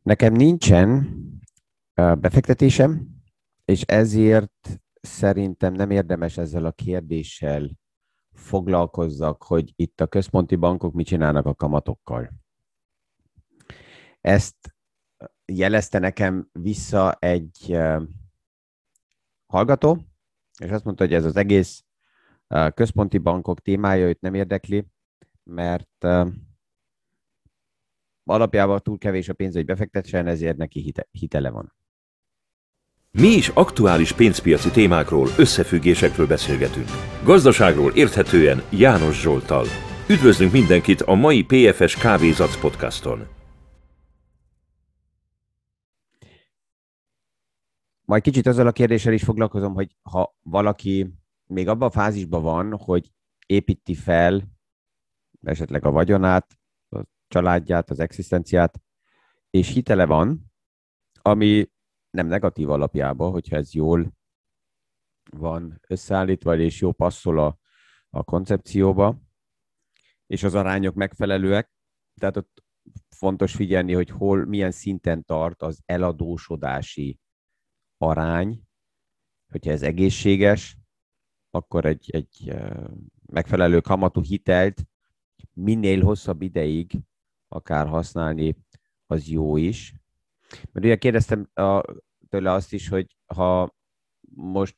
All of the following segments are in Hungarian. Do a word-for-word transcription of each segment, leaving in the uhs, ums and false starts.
Nekem nincsen ö, befektetésem, és ezért szerintem nem érdemes ezzel a kérdéssel foglalkozzak, hogy itt a központi bankok mit csinálnak a kamatokkal. Ezt jelezte nekem vissza egy ö, hallgató, és azt mondta, hogy ez az egész ö, központi bankok témája őt nem érdekli, mert ö, alapjában túl kevés a pénz, hogy befektessen, ezért neki hite, hitele van. Mi is aktuális pénzpiaci témákról, összefüggésekről beszélgetünk. Gazdaságról érthetően János Zsolttal. Üdvözlünk mindenkit a mai pé ef es Kávézac podcaston. Majd kicsit azzal a kérdéssel is foglalkozom, hogy ha valaki még abban a fázisban van, hogy építi fel esetleg a vagyonát, a családját, az egzisztenciát, és hitele van, ami nem negatív alapjában, hogyha ez jól van összeállítva, és jó passzol a, a koncepcióba, és az arányok megfelelőek. Tehát ott fontos figyelni, hogy hol, milyen szinten tart az eladósodási arány, hogyha ez egészséges, akkor egy, egy megfelelő kamatú hitelt minél hosszabb ideig akár használni, az jó is. Mert ugye kérdeztem a, tőle azt is, hogy ha most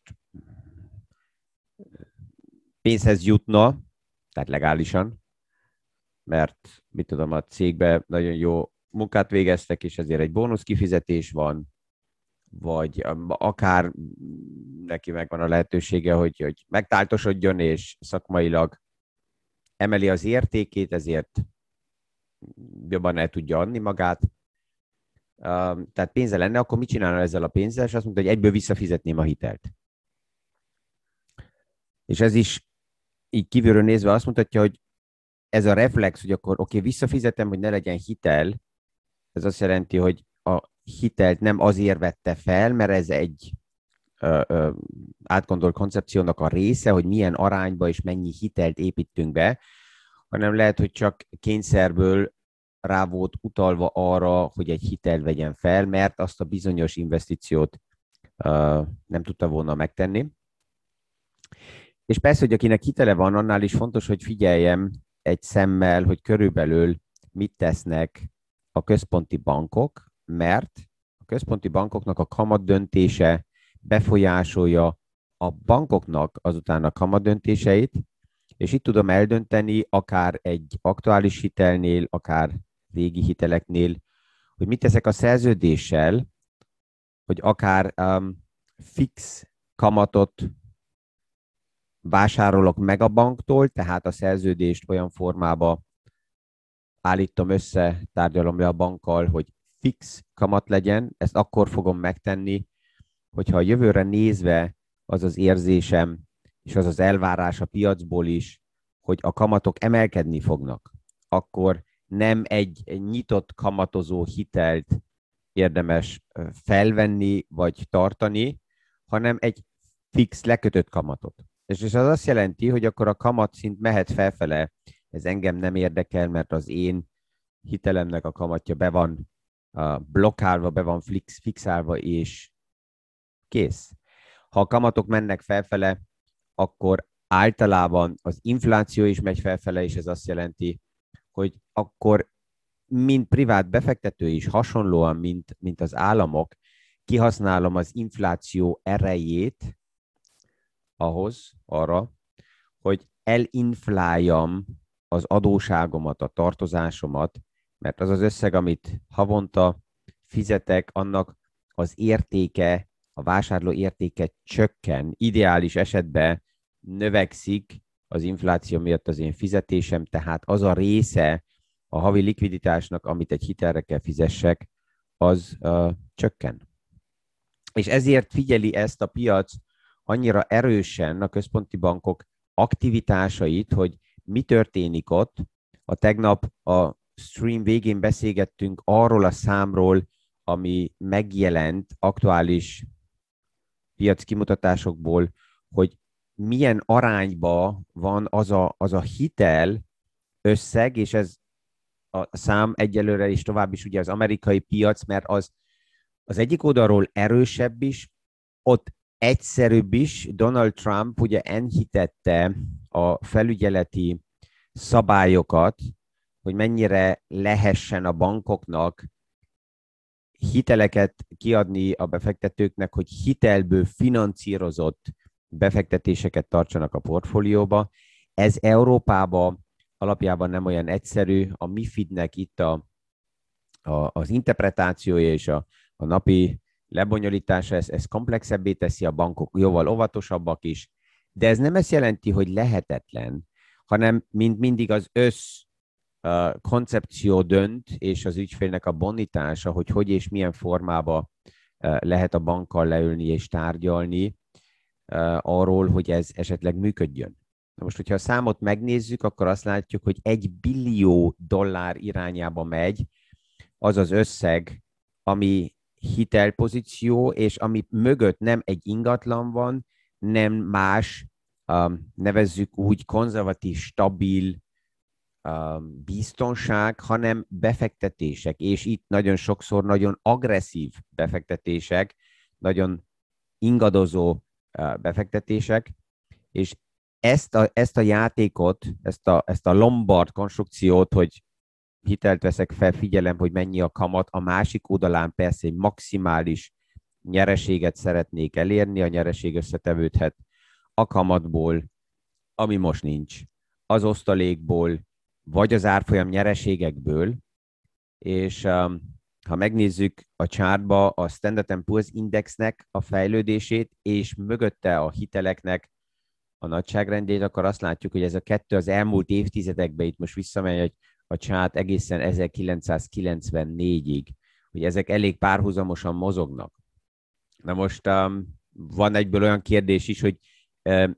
pénzhez jutna, tehát legálisan, mert mit tudom, a cégben nagyon jó munkát végeztek, és ezért egy bónusz kifizetés van, vagy akár neki megvan a lehetősége, hogy, hogy megtáltosodjon, és szakmailag emeli az értékét, ezért jobban el tudja adni magát. Tehát pénze lenne, akkor mit csinálna ezzel a pénzzel? És azt mondta, hogy egyből visszafizetném a hitelt. És ez is így kívülről nézve azt mutatja, hogy ez a reflex, hogy akkor oké, okay, visszafizetem, hogy ne legyen hitel, ez azt jelenti, hogy a hitelt nem azért vette fel, mert ez egy ö, ö, átgondolt koncepciónak a része, hogy milyen arányba és mennyi hitelt építünk be, hanem lehet, hogy csak kényszerből rá volt utalva arra, hogy egy hitelt vegyen fel, mert azt a bizonyos investíciót uh, nem tudta volna megtenni. És persze, hogy akinek hitele van, annál is fontos, hogy figyeljem egy szemmel, hogy körülbelül mit tesznek a központi bankok, mert a központi bankoknak a kamat döntése befolyásolja a bankoknak azután a kamat döntéseit, és itt tudom eldönteni, akár egy aktuális hitelnél, akár régi hiteleknél, hogy mit teszek a szerződéssel, hogy akár um, fix kamatot vásárolok meg a banktól, tehát a szerződést olyan formába állítom össze, tárgyalom le a bankkal, hogy fix kamat legyen, ezt akkor fogom megtenni, hogyha a jövőre nézve az az érzésem, és az az elvárás a piacból is, hogy a kamatok emelkedni fognak, akkor nem egy nyitott kamatozó hitelt érdemes felvenni vagy tartani, hanem egy fix lekötött kamatot. És ez az azt jelenti, hogy akkor a kamatszint mehet felfele, ez engem nem érdekel, mert az én hitelemnek a kamatja be van uh, blokkálva, be van fix, fixálva, és kész. Ha a kamatok mennek felfele, akkor általában az infláció is megy felfele, és ez azt jelenti, hogy akkor mint privát befektető is hasonlóan, mint, mint az államok, kihasználom az infláció erejét ahhoz, arra, hogy elinfláljam az adóságomat, a tartozásomat, mert az az összeg, amit havonta fizetek, annak az értéke, a vásárló értéke csökken. Ideális esetben növekszik az infláció miatt az én fizetésem, tehát az a része a havi likviditásnak, amit egy hitelre kell fizessek, az uh, csökken. És ezért figyeli ezt a piac annyira erősen a központi bankok aktivitásait, hogy mi történik ott. A tegnap a stream végén beszélgettünk arról a számról, ami megjelent aktuális piackimutatásokból, hogy milyen arányba van az a, az a hitel összeg, és ez a szám egyelőre is tovább is ugye az amerikai piac, mert az, az egyik oldalról erősebb is, ott egyszerűbb is. Donald Trump ugye enyhítette a felügyeleti szabályokat, hogy mennyire lehessen a bankoknak hiteleket kiadni a befektetőknek, hogy hitelből finanszírozott befektetéseket tartsanak a portfólióba. Ez Európában alapjában nem olyan egyszerű. A MiFID-nek itt a, a, az interpretációja és a, a napi lebonyolítása, ez, ez komplexebbé teszi, a bankok jóval óvatosabbak is, de ez nem ezt jelenti, hogy lehetetlen, hanem mint mindig az össz uh, koncepció dönt, és az ügyfélnek a bonitása, hogy hogy és milyen formában uh, lehet a bankkal leülni és tárgyalni uh, arról, hogy ez esetleg működjön. Na most, hogyha a számot megnézzük, akkor azt látjuk, hogy egy billió dollár irányába megy az az összeg, ami hitelpozíció, és ami mögött nem egy ingatlan van, nem más, um, nevezzük úgy konzervatív, stabil um, biztonság, hanem befektetések, és itt nagyon sokszor nagyon agresszív befektetések, nagyon ingadozó uh, befektetések, és ezt a, ezt a játékot, ezt a, ezt a Lombard konstrukciót, hogy hitelt veszek fel, figyelem, hogy mennyi a kamat, a másik oldalán persze egy maximális nyereséget szeretnék elérni, a nyereség összetevődhet a kamatból, ami most nincs, az osztalékból, vagy az árfolyam nyereségekből, és um, ha megnézzük a chartba a Standard and Poor's Indexnek a fejlődését, és mögötte a hiteleknek a nagyságrendjét, akkor azt látjuk, hogy ez a kettő az elmúlt évtizedekben, itt most visszamegy egy a chart egészen ezerkilencszázkilencvennégyig, hogy ezek elég párhuzamosan mozognak. Na most um, van egyből olyan kérdés is, hogy um,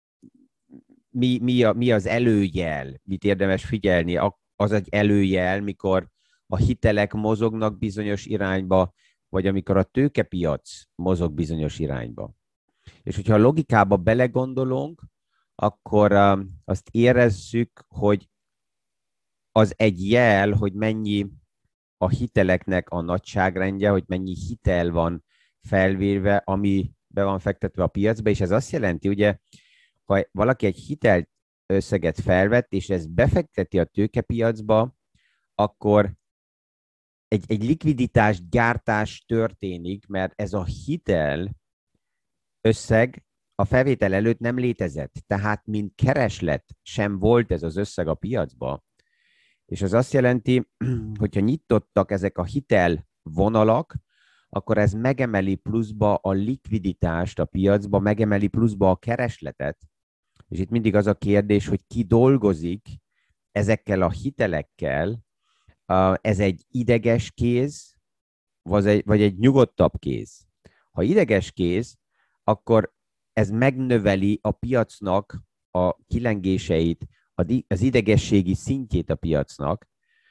mi, mi, a, mi az előjel, mit érdemes figyelni. Az egy előjel, mikor a hitelek mozognak bizonyos irányba, vagy amikor a tőkepiac mozog bizonyos irányba. És hogyha a logikába belegondolunk, akkor um, azt érezzük, hogy az egy jel, hogy mennyi a hiteleknek a nagyságrendje, hogy mennyi hitel van felvérve, ami be van fektetve a piacba, és ez azt jelenti, ugye, ha valaki egy hitel összeget felvett, és ez befekteti a tőkepiacba, akkor egy, egy likviditás gyártás történik, mert ez a hitel összeg a felvétel előtt nem létezett. Tehát, mint kereslet sem volt ez az összeg a piacba. És az azt jelenti, hogyha nyitottak ezek a hitel vonalak, akkor ez megemeli pluszba a likviditást a piacba, megemeli pluszba a keresletet. És itt mindig az a kérdés, hogy ki dolgozik ezekkel a hitelekkel. Ez egy ideges kéz, vagy egy, vagy egy nyugodtabb kéz. Ha ideges kéz, akkor ez megnöveli a piacnak a kilengéseit, az idegességi szintjét a piacnak,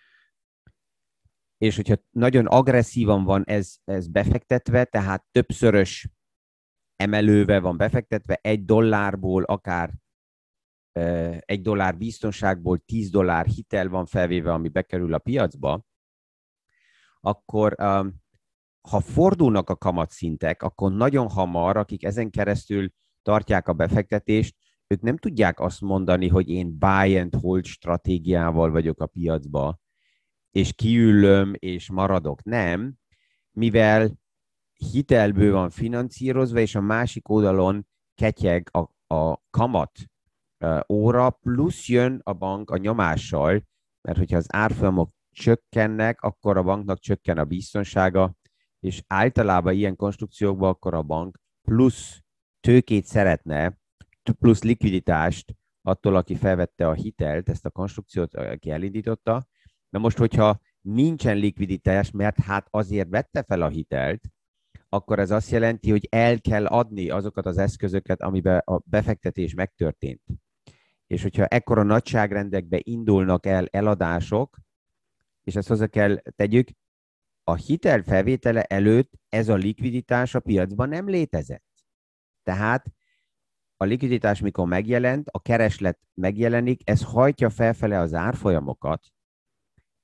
és hogyha nagyon agresszívan van ez, ez befektetve, tehát többszörös emelővel van befektetve, egy dollárból akár egy dollár biztonságból tíz dollár hitel van felvéve, ami bekerül a piacba, akkor ha fordulnak a kamatszintek, akkor nagyon hamar, akik ezen keresztül tartják a befektetést, ők nem tudják azt mondani, hogy én buy and hold stratégiával vagyok a piacba, és kiülöm, és maradok. Nem, mivel hitelből van finanszírozva, és a másik oldalon ketyeg a, a kamat óra, plusz jön a bank a nyomással, mert hogyha az árfolyamok csökkennek, akkor a banknak csökken a biztonsága, és általában ilyen konstrukciókban akkor a bank plusz tőkét szeretne, plusz likviditást attól, aki felvette a hitelt, ezt a konstrukciót, aki elindította. Na most, hogyha nincsen likviditás, mert hát azért vette fel a hitelt, akkor ez azt jelenti, hogy el kell adni azokat az eszközöket, amiben a befektetés megtörtént. És hogyha ekkora nagyságrendekbe indulnak el eladások, és ezt hozzá kell tegyük, a hitel felvétele előtt ez a likviditás a piacban nem létezett. Tehát a likviditás, mikor megjelent, a kereslet megjelenik, ez hajtja felfele az árfolyamokat,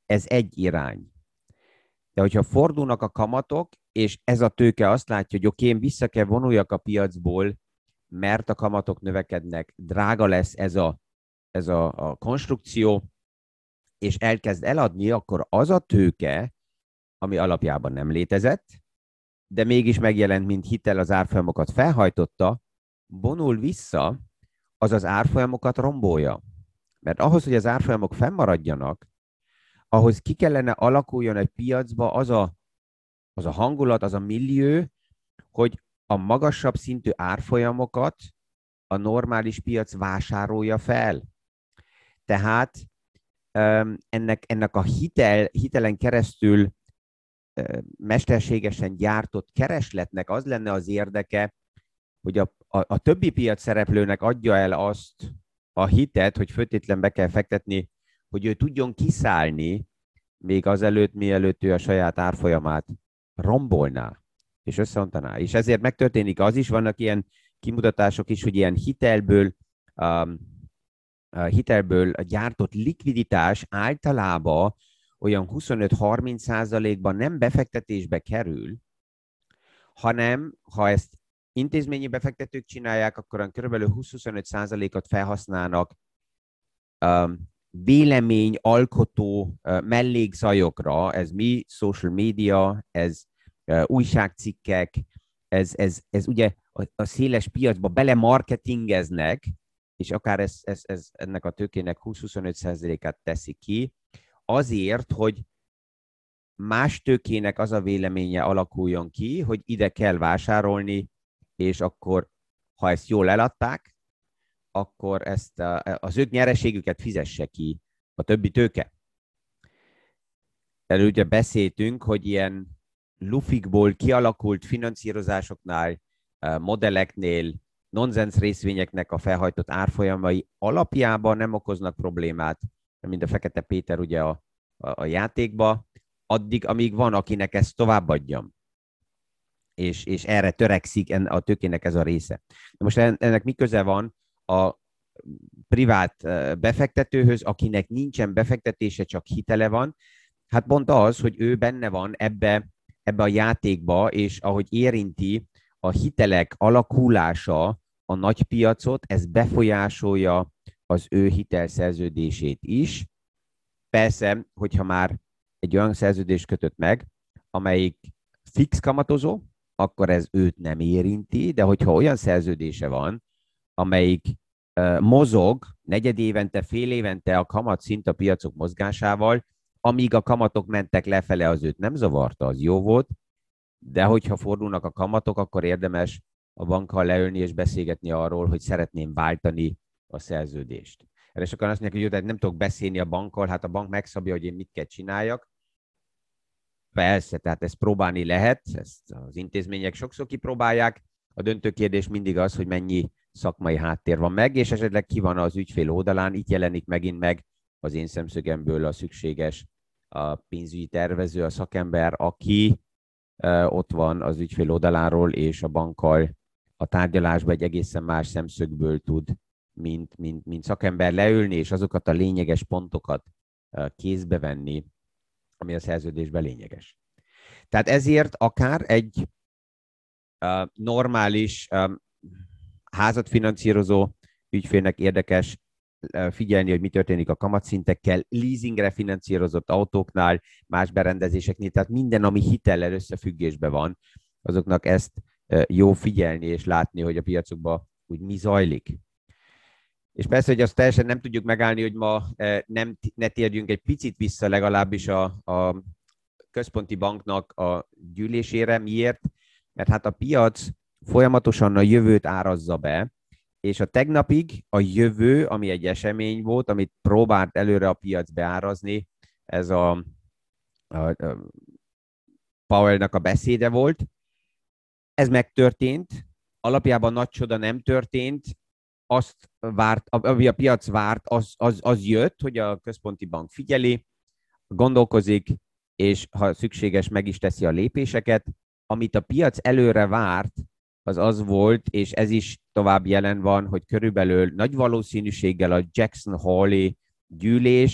ez egy irány. De hogyha fordulnak a kamatok, és ez a tőke azt látja, hogy oké, én vissza kell vonuljak a piacból, mert a kamatok növekednek, drága lesz ez a, ez a, a konstrukció, és elkezd eladni, akkor az a tőke, ami alapjában nem létezett, de mégis megjelent, mint hitel, az árfolyamokat felhajtotta, vonul vissza, az az árfolyamokat rombolja. Mert ahhoz, hogy az árfolyamok fennmaradjanak, ahhoz ki kellene alakuljon egy piacba az a, az a hangulat, az a millió, hogy a magasabb szintű árfolyamokat a normális piac vásárolja fel. Tehát ennek, ennek a hitel, hitelen keresztül mesterségesen gyártott keresletnek az lenne az érdeke, hogy a, a, a többi piac szereplőnek adja el azt a hitet, hogy föltétlen be kell fektetni, hogy ő tudjon kiszállni, még azelőtt, mielőtt ő a saját árfolyamát rombolná és összeontaná. És ezért megtörténik az is, vannak ilyen kimutatások is, hogy ilyen hitelből, um, hitelből gyártott likviditás általában olyan huszonöt-harminc százalékban nem befektetésbe kerül, hanem ha ezt intézményi befektetők csinálják, akkor kb. húsz-huszonöt százalékot felhasználnak um, véleményalkotó uh, mellékzajokra, ez mi? Social media, ez uh, újságcikkek, ez, ez, ez ugye a, a széles piacba belemarketingeznek, és akár ez, ez, ez ennek a tőkének húsz-huszonöt százalékát teszi ki, azért, hogy más tőkének az a véleménye alakuljon ki, hogy ide kell vásárolni, és akkor, ha ezt jól eladták, akkor ezt az ők nyereségüket fizesse ki a többi tőke. Erről ugye beszéltünk, hogy ilyen lufikból kialakult finanszírozásoknál, modelleknél, nonsens részvényeknek a felhajtott árfolyamai alapjában nem okoznak problémát, mint a Fekete Péter ugye a, a, a játékba, addig, amíg van, akinek ezt továbbadjam. És, és erre törekszik a tőkének ez a része. De most ennek mi köze van a privát befektetőhöz, akinek nincsen befektetése, csak hitele van? Hát pont az, hogy ő benne van ebbe, ebbe a játékba, és ahogy érinti a hitelek alakulása a nagypiacot, ez befolyásolja az ő hitelszerződését is. Persze, hogyha már egy olyan szerződést kötött meg, amelyik fix kamatozó, akkor ez őt nem érinti, de hogyha olyan szerződése van, amelyik uh, mozog negyedévente, fél évente a kamatszint a piacok mozgásával, amíg a kamatok mentek lefele, az őt nem zavarta, az jó volt, de hogyha fordulnak a kamatok, akkor érdemes a bankkal leülni és beszélgetni arról, hogy szeretném váltani a szerződést. Erre sokan azt mondják, hogy jó, de nem tudok beszélni a bankkal, hát a bank megszabja, hogy én mit kell csináljak. Persze, tehát ezt próbálni lehet, ezt az intézmények sokszor kipróbálják. A döntő kérdés mindig az, hogy mennyi szakmai háttér van meg, és esetleg ki van az ügyfél oldalán. Itt jelenik megint meg az én szemszögemből a szükséges a pénzügyi tervező, a szakember, aki uh, ott van az ügyfél oldaláról, és a bankkal a tárgyalásba egy egészen más szemszögből tud, mint, mint, mint szakember leülni, és azokat a lényeges pontokat uh, kézbe venni, ami a szerződésben lényeges. Tehát ezért akár egy uh, normális um, házat finanszírozó ügyfélnek érdekes uh, figyelni, hogy mi történik a kamatszintekkel, leasingre finanszírozott autóknál, más berendezéseknél, tehát minden, ami hitellel összefüggésben van, azoknak ezt uh, jó figyelni és látni, hogy a piacokban úgy mi zajlik. És persze, hogy azt teljesen nem tudjuk megállni, hogy ma nem, ne térjünk egy picit vissza legalábbis a, a központi banknak a gyűlésére. Miért? Mert hát a piac folyamatosan a jövőt árazza be, és a tegnapig a jövő, ami egy esemény volt, amit próbált előre a piac beárazni, ez a, a, a Powell-nak a beszéde volt. Ez megtörtént, alapjában nagy csoda nem történt, azt várt, ami a piac várt, az, az, az jött, hogy a központi bank figyeli, gondolkozik, és ha szükséges, meg is teszi a lépéseket. Amit a piac előre várt, az az volt, és ez is tovább jelen van, hogy körülbelül nagy valószínűséggel a Jackson Hole-i gyűlés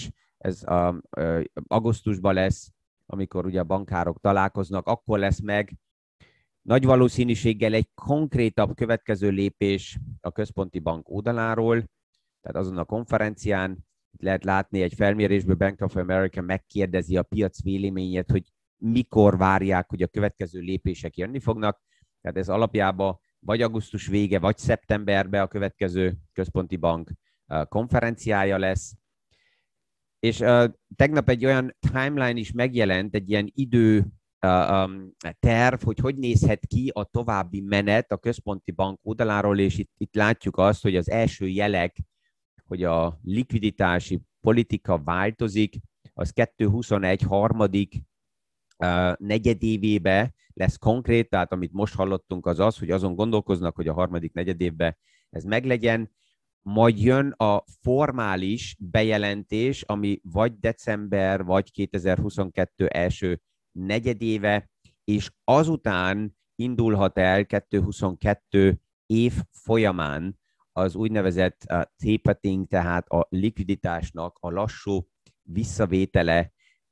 ez a, a, augusztusban lesz, amikor ugye a bankárok találkoznak, akkor lesz meg nagy valószínűséggel egy konkrétabb következő lépés a központi bank oldaláról, tehát azon a konferencián lehet látni egy felmérésből, Bank of America megkérdezi a piac véleményét, hogy mikor várják, hogy a következő lépések jönni fognak. Tehát ez alapjában vagy augusztus vége, vagy szeptemberben a következő központi bank konferenciája lesz. És uh, tegnap egy olyan timeline is megjelent, egy ilyen idő uh, um, terv, hogy hogy nézhet ki a további menet a központi bank oldaláról, és itt, itt látjuk azt, hogy az első jelek, hogy a likviditási politika változik, az kétezer-huszonegy harmadik uh, negyedévébe lesz konkrét, tehát amit most hallottunk az az, hogy azon gondolkoznak, hogy a harmadik negyedévben ez meglegyen, majd jön a formális bejelentés, ami vagy december, vagy kétezer-huszonkettő első negyedéve, és azután indulhat el kétezer-huszonkettő év folyamán az úgynevezett uh, tapering, tehát a likviditásnak a lassú visszavétele,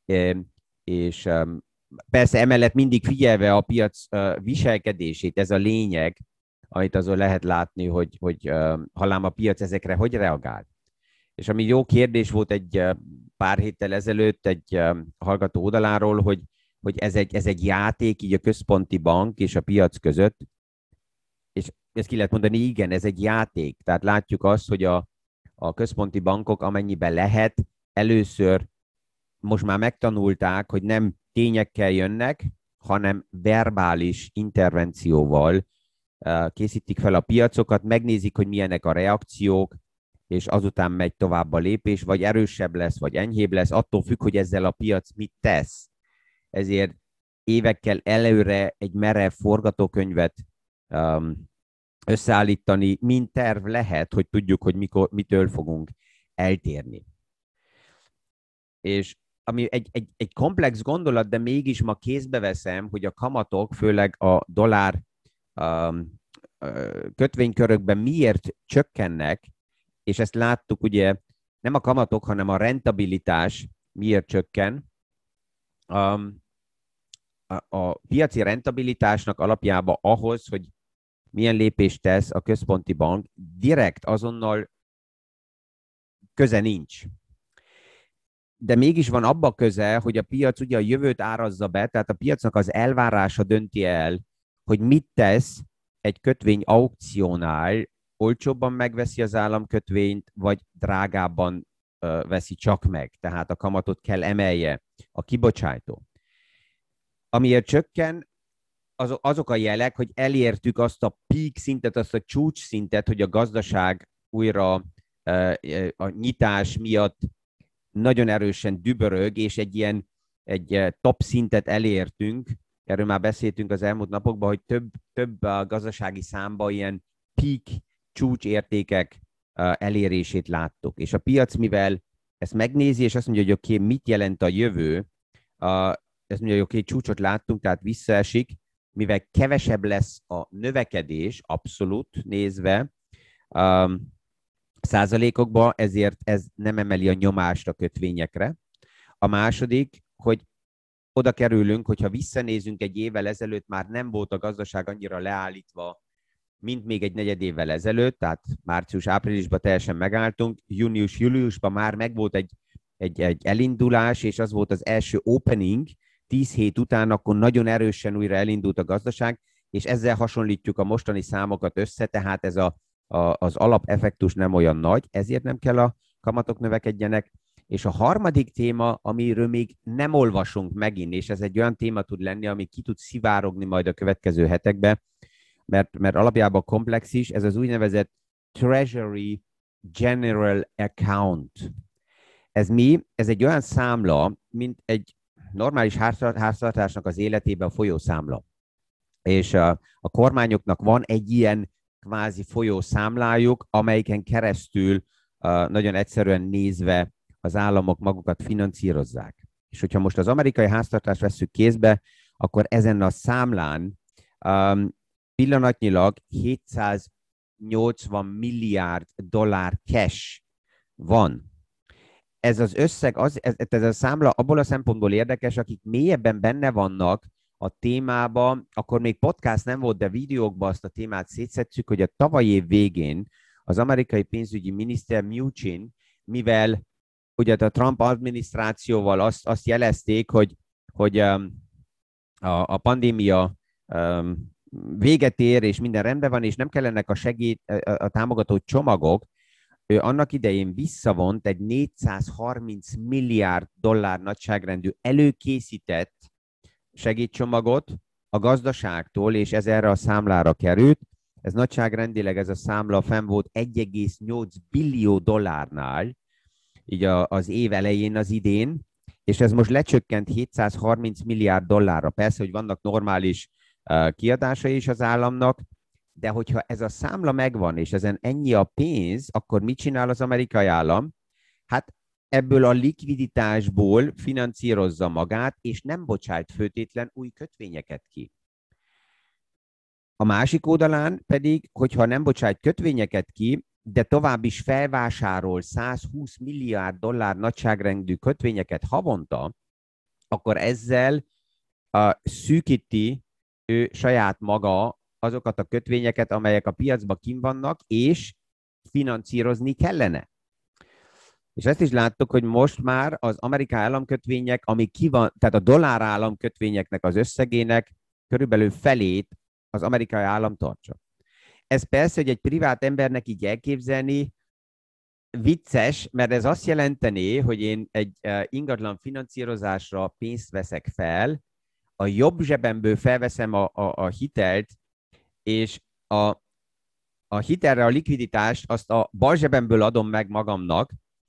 és um, persze emellett mindig figyelve a piac uh, viselkedését, ez a lényeg, amit azon lehet látni, hogy, hogy uh, hallám a piac ezekre hogy reagál. És ami jó kérdés volt egy uh, pár héttel ezelőtt egy uh, hallgató oldaláról, hogy, hogy ez, egy, ez egy játék így a központi bank és a piac között, és ezt ki lehet mondani, igen, ez egy játék. Tehát látjuk azt, hogy a, a központi bankok amennyiben lehet, először most már megtanulták, hogy nem tényekkel jönnek, hanem verbális intervencióval készítik fel a piacokat, megnézik, hogy milyenek a reakciók, és azután megy tovább a lépés, vagy erősebb lesz, vagy enyhébb lesz, attól függ, hogy ezzel a piac mit tesz. Ezért évekkel előre egy merev forgatókönyvet um, összeállítani, mint terv lehet, hogy tudjuk, hogy mikor, mitől fogunk eltérni. És ami egy, egy, egy komplex gondolat, de mégis ma kézbe veszem, hogy a kamatok, főleg a dollár um, kötvénykörökben miért csökkennek, és ezt láttuk ugye, nem a kamatok, hanem a rentabilitás miért csökken. Um, a, a piaci rentabilitásnak alapjában ahhoz, hogy milyen lépést tesz a központi bank, direkt azonnal köze nincs. De mégis van abba köze, hogy a piac ugye a jövőt árazza be, tehát a piacnak az elvárása dönti el, hogy mit tesz egy kötvény aukciónál, olcsóbban megveszi az államkötvényt, vagy drágábban uh, veszi csak meg. Tehát a kamatot kell emelje a kibocsátó. Amiért csökken, az, azok a jelek, hogy elértük azt a peak szintet, azt a csúcs szintet, hogy a gazdaság újra uh, a nyitás miatt nagyon erősen dübörög, és egy ilyen egy top szintet elértünk. Erről már beszéltünk az elmúlt napokban, hogy több, több a gazdasági számban ilyen peak csúcsértékek elérését láttuk. És a piac, mivel ezt megnézi, és azt mondja, hogy oké, okay, mit jelent a jövő, ezt mondja, hogy oké, okay, csúcsot láttunk, tehát visszaesik, mivel kevesebb lesz a növekedés, abszolút nézve, százalékokban, ezért ez nem emeli a nyomást a kötvényekre. A második, hogy oda kerülünk, hogyha visszanézünk egy évvel ezelőtt, már nem volt a gazdaság annyira leállítva, mint még egy negyed évvel ezelőtt, tehát március-áprilisban teljesen megálltunk, június-júliusban már megvolt egy, egy, egy elindulás, és az volt az első opening, tíz hét után akkor nagyon erősen újra elindult a gazdaság, és ezzel hasonlítjuk a mostani számokat össze, tehát ez a az alapeffektus nem olyan nagy, ezért nem kell a kamatok növekedjenek. És a harmadik téma, amiről még nem olvasunk megint, és ez egy olyan téma tud lenni, ami ki tud szivárogni majd a következő hetekben, mert, mert alapjában komplex is, ez az úgynevezett Treasury General Account. Ez mi? Ez egy olyan számla, mint egy normális háztartásnak az életében a folyószámla. És a, a kormányoknak van egy ilyen kvázi folyószámlájuk, amelyiken keresztül uh, nagyon egyszerűen nézve az államok magukat finanszírozzák. És hogyha most az amerikai háztartást vesszük kézbe, akkor ezen a számlán um, pillanatnyilag hétszáznyolcvan milliárd dollár cash van. ez az összeg, az, ez, ez a számla abból a szempontból érdekes, akik mélyebben benne vannak a témában, akkor még podcast nem volt, de videókban azt a témát szétszettük, hogy a tavalyi év végén az amerikai pénzügyi miniszter Mnuchin, mivel ugye a Trump adminisztrációval azt, azt jelezték, hogy, hogy um, a, a pandémia um, véget ér, és minden rendben van, és nem kellenek a segít, a, a támogató csomagok, ő annak idején visszavont egy négyszázharminc milliárd dollár nagyságrendű előkészített segítcsomagot a gazdaságtól, és ez erre a számlára került. Ez nagyságrendileg ez a számla fenn volt egy egész nyolc billió dollárnál, így a, az év elején az idén, és ez most lecsökkent hétszázharminc milliárd dollárra. Persze, hogy vannak normális uh, kiadásai is az államnak, de hogyha ez a számla megvan, és ezen ennyi a pénz, akkor mit csinál az amerikai állam? Hát ebből a likviditásból finanszírozza magát, és nem bocsájt főtétlen új kötvényeket ki. A másik oldalán pedig, hogyha nem bocsájt kötvényeket ki, de tovább is felvásárol százhúsz milliárd dollár nagyságrendű kötvényeket havonta, akkor ezzel a szűkíti ő saját maga azokat a kötvényeket, amelyek a piacban kint vannak, és finanszírozni kellene. És ezt is láttuk, hogy most már az amerikai államkötvények, ami ki van, tehát a dollár államkötvényeknek az összegének körülbelül felét az amerikai állam tartsa. Ez persze, hogy egy privát embernek így elképzelni vicces, mert ez azt jelentené, hogy én egy ingatlan finanszírozásra pénzt veszek fel, a jobb zsebemből felveszem a, a, a hitelt, és a, a hitelre a likviditást azt a bal zsebemből adom meg magamnak,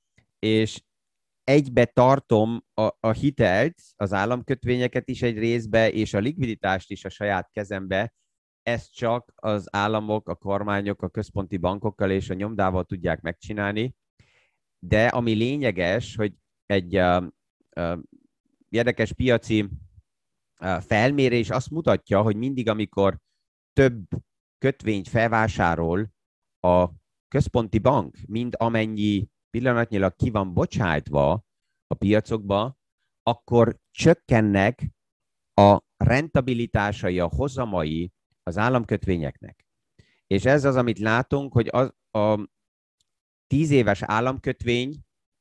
és egybe tartom a, a hitelt, az államkötvényeket is egy részbe, és a likviditást is a saját kezembe. Ezt csak az államok, a kormányok, a központi bankokkal és a nyomdával tudják megcsinálni. De ami lényeges, hogy egy uh, uh, érdekes piaci uh, felmérés azt mutatja, hogy mindig, amikor több kötvényt felvásárol a központi bank, mint amennyi pillanatnyilag ki van bocsájtva a piacokba, akkor csökkennek a rentabilitásai, a hozamai az államkötvényeknek. És ez az, amit látunk, hogy az, a tíz éves államkötvény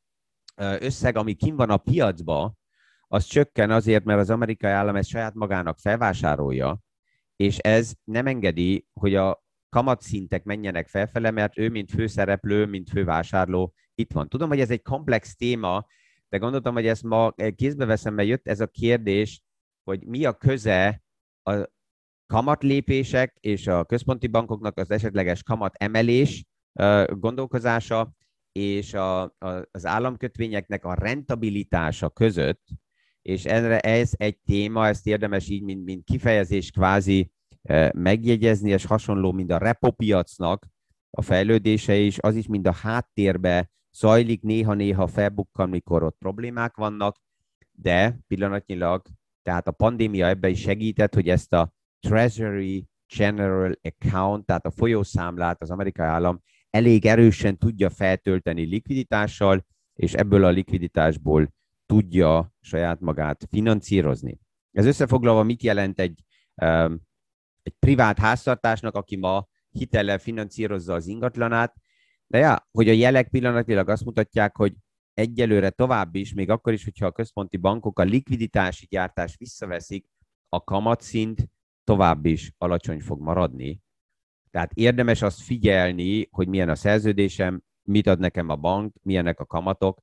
összeg, ami kint van a piacba, az csökken azért, mert az amerikai állam ezt saját magának felvásárolja, és ez nem engedi, hogy a kamatszintek menjenek felfele, mert ő, mint főszereplő, mint fővásárló itt van. Tudom, hogy ez egy komplex téma, de gondoltam, hogy ezt ma kézbe veszem, mert jött ez a kérdés, hogy mi a köze a kamatlépések és a központi bankoknak az esetleges kamat emelés gondolkozása és a, a, az államkötvényeknek a rentabilitása között, és erre ez egy téma, ezt érdemes így, mint, mint kifejezés kvázi megjegyezni, és hasonló, mint a repopiacnak a fejlődése is, az is mind a háttérbe zajlik, néha-néha felbukkan, mikor ott problémák vannak, de pillanatnyilag, tehát a pandémia ebben is segített, hogy ezt a Treasury General Account, tehát a folyószámlát az amerikai állam elég erősen tudja feltölteni likviditással, és ebből a likviditásból tudja saját magát finanszírozni. Ez összefoglalva mit jelent egy, um, egy privát háztartásnak, aki ma hitellel finanszírozza az ingatlanát, de ja, hogy a jelek pillanatilag azt mutatják, hogy egyelőre tovább is, még akkor is, hogyha a központi bankok a likviditási gyártást visszaveszik, a kamatszint tovább is alacsony fog maradni. Tehát érdemes azt figyelni, hogy milyen a szerződésem, mit ad nekem a bank, milyenek a kamatok,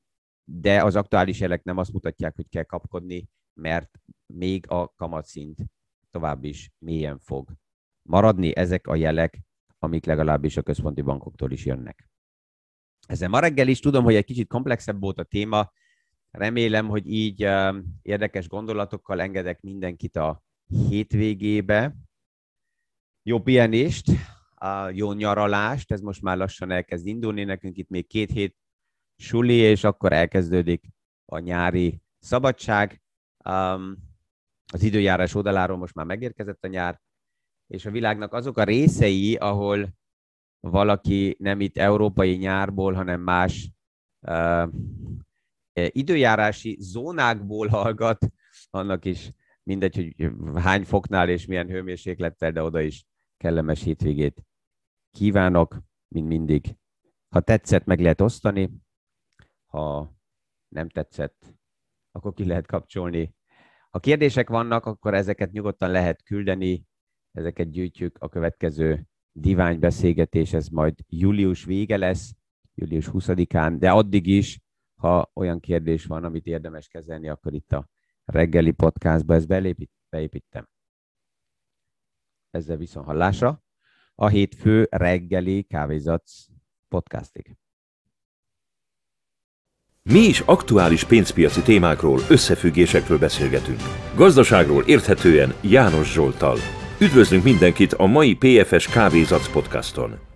de az aktuális jelek nem azt mutatják, hogy kell kapkodni, mert még a kamatszint tovább is mélyen fog maradni. Ezek a jelek, amik legalábbis a központi bankoktól is jönnek. Ezzel ma reggel is tudom, hogy egy kicsit komplexebb volt a téma. Remélem, hogy így uh, érdekes gondolatokkal engedek mindenkit a hétvégébe. Jó pihenést, uh, jó nyaralást, ez most már lassan elkezd indulni. Nekünk itt még két hét suli, és akkor elkezdődik a nyári szabadság. Um, az időjárás oldaláról most már megérkezett a nyár, és a világnak azok a részei, ahol valaki nem itt európai nyárból, hanem más uh, időjárási zónákból hallgat, annak is mindegy, hogy hány foknál és milyen hőmérséklettel, de oda is kellemes hétvégét kívánok, mint mindig. Ha tetszett, meg lehet osztani, ha nem tetszett, akkor ki lehet kapcsolni. Ha kérdések vannak, akkor ezeket nyugodtan lehet küldeni, ezeket gyűjtjük a következő diványbeszélgetés, ez majd július vége lesz, július huszadikán, de addig is, ha olyan kérdés van, amit érdemes kezelni, akkor itt a reggeli podcastba ezt beépít, beépítem. Ezzel viszont hallásra a hétfő reggeli kávézac podcastig. Mi is aktuális pénzpiaci témákról, összefüggésekről beszélgetünk. Gazdaságról érthetően János Zsolttal. Üdvözlünk mindenkit a mai pé ef es Kávézac podcaston.